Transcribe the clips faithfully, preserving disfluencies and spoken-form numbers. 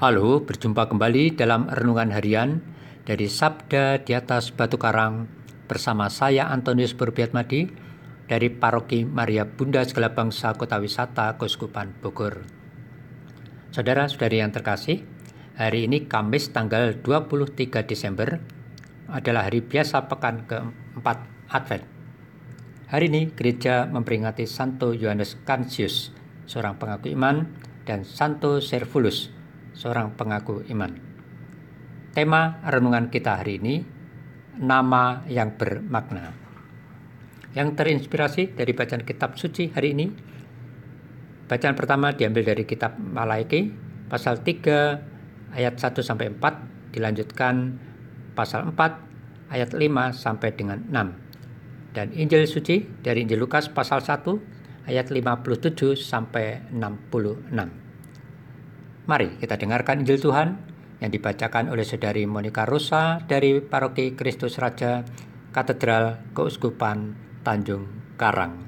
Halo, berjumpa kembali dalam Renungan Harian dari Sabda di atas Batu Karang bersama saya Antonius Burbiatmadi dari Paroki Maria Bunda Segala Bangsa Kota Wisata Keuskupan Bogor. Saudara-saudari yang terkasih, hari ini Kamis tanggal dua puluh tiga Desember adalah hari biasa pekan keempat Advent. Hari ini gereja memperingati Santo Yohanes Canisius, seorang pengaku iman, dan Santo Servulus, seorang pengaku iman. Tema renungan kita hari ini, nama yang bermakna. Yang terinspirasi dari bacaan kitab suci hari ini, bacaan pertama diambil dari kitab Malaiki, pasal tiga ayat satu sampai empat, dilanjutkan pasal empat ayat lima sampai dengan enam. Dan Injil suci dari Injil Lukas pasal satu ayat lima puluh tujuh sampai enam puluh enam. Mari kita dengarkan Injil Tuhan yang dibacakan oleh Saudari Monica Rosa dari Paroki Kristus Raja Katedral Keuskupan Tanjung Karang.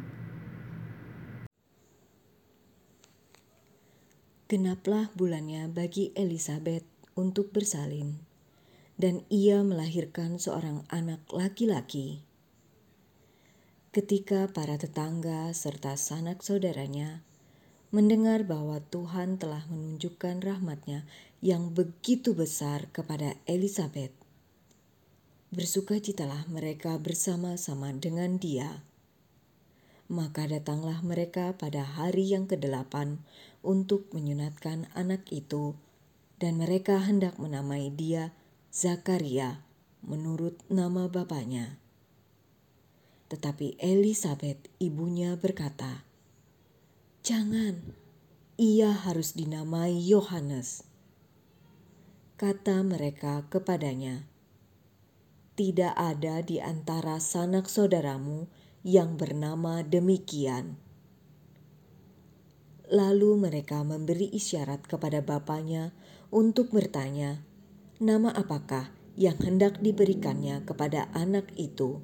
Genaplah bulannya bagi Elisabet untuk bersalin, dan ia melahirkan seorang anak laki-laki. Ketika para tetangga serta sanak saudaranya mendengar bahwa Tuhan telah menunjukkan rahmat-Nya yang begitu besar kepada Elisabet, bersukacitalah mereka bersama-sama dengan dia. Maka datanglah mereka pada hari yang kedelapan untuk menyunatkan anak itu, dan mereka hendak menamai dia Zakaria menurut nama bapaknya. Tetapi Elisabet ibunya berkata, "Jangan, ia harus dinamai Yohanes." Kata mereka kepadanya, "Tidak ada di antara sanak saudaramu yang bernama demikian." Lalu mereka memberi isyarat kepada bapaknya untuk bertanya, nama apakah yang hendak diberikannya kepada anak itu.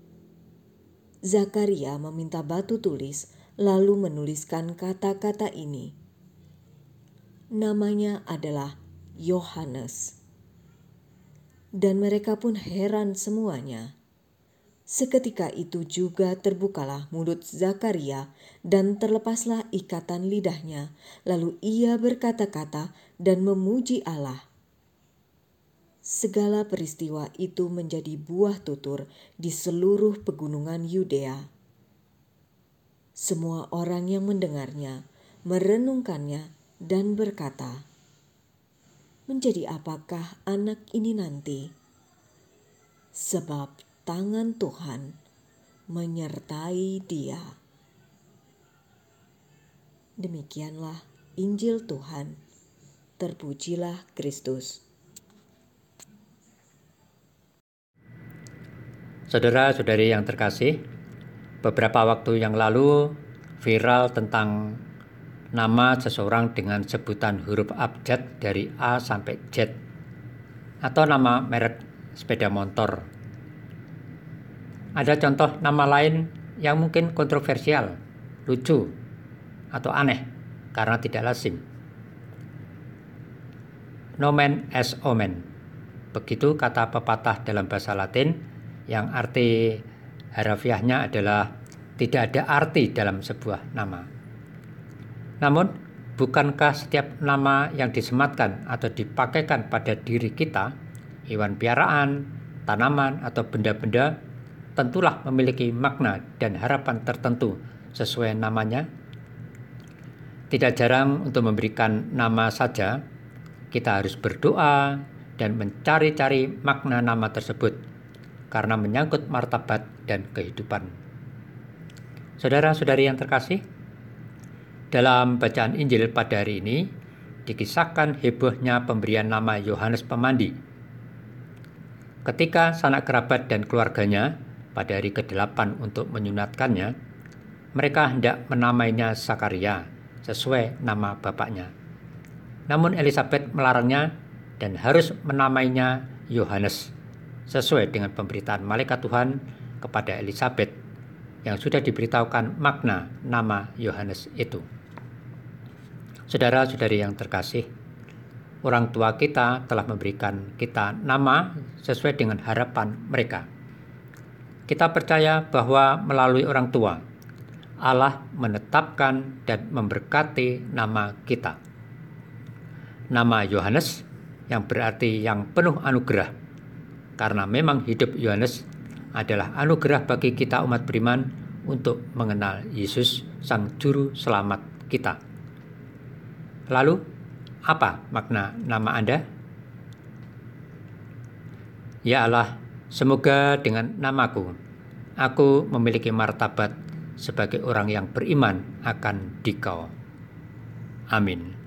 Zakaria meminta batu tulis, lalu menuliskan kata-kata ini. Namanya adalah Yohanes. Dan mereka pun heran semuanya. Seketika itu juga terbukalah mulut Zakaria dan terlepaslah ikatan lidahnya, lalu ia berkata-kata dan memuji Allah. Segala peristiwa itu menjadi buah tutur di seluruh pegunungan Yudea. Semua orang yang mendengarnya merenungkannya dan berkata, "Menjadi apakah anak ini nanti? Sebab tangan Tuhan menyertai dia." Demikianlah Injil Tuhan. Terpujilah Kristus. Saudara-saudari yang terkasih, beberapa waktu yang lalu viral tentang nama seseorang dengan sebutan huruf abjad dari A sampai Z, atau nama merek sepeda motor. Ada contoh nama lain yang mungkin kontroversial, lucu, atau aneh karena tidak lazim. Nomen est omen, begitu kata pepatah dalam bahasa Latin yang arti harafiahnya adalah tidak ada arti dalam sebuah nama. Namun, bukankah setiap nama yang disematkan atau dipakaikan pada diri kita, hewan piaraan, tanaman, atau benda-benda, tentulah memiliki makna dan harapan tertentu sesuai namanya? Tidak jarang untuk memberikan nama saja, kita harus berdoa dan mencari-cari makna nama tersebut, karena menyangkut martabat dan kehidupan. Saudara-saudari yang terkasih, dalam bacaan Injil pada hari ini dikisahkan hebohnya pemberian nama Yohanes Pemandi. Ketika sanak kerabat dan keluarganya pada hari kedelapan untuk menyunatkannya, mereka hendak menamainya Zakaria sesuai nama bapaknya. Namun Elisabet melarangnya dan harus menamainya Yohanes sesuai dengan pemberitaan malaikat Tuhan kepada Elisabet yang sudah diberitahukan makna nama Yohanes itu. Saudara-saudari yang terkasih, orang tua kita telah memberikan kita nama sesuai dengan harapan mereka. Kita percaya bahwa melalui orang tua, Allah menetapkan dan memberkati nama kita. Nama Yohanes yang berarti yang penuh anugerah, karena memang hidup Yohanes adalah anugerah bagi kita umat beriman untuk mengenal Yesus, Sang Juru Selamat kita. Lalu, apa makna nama Anda? Ya Allah, semoga dengan namaku, aku memiliki martabat sebagai orang yang beriman akan Dikau. Amin.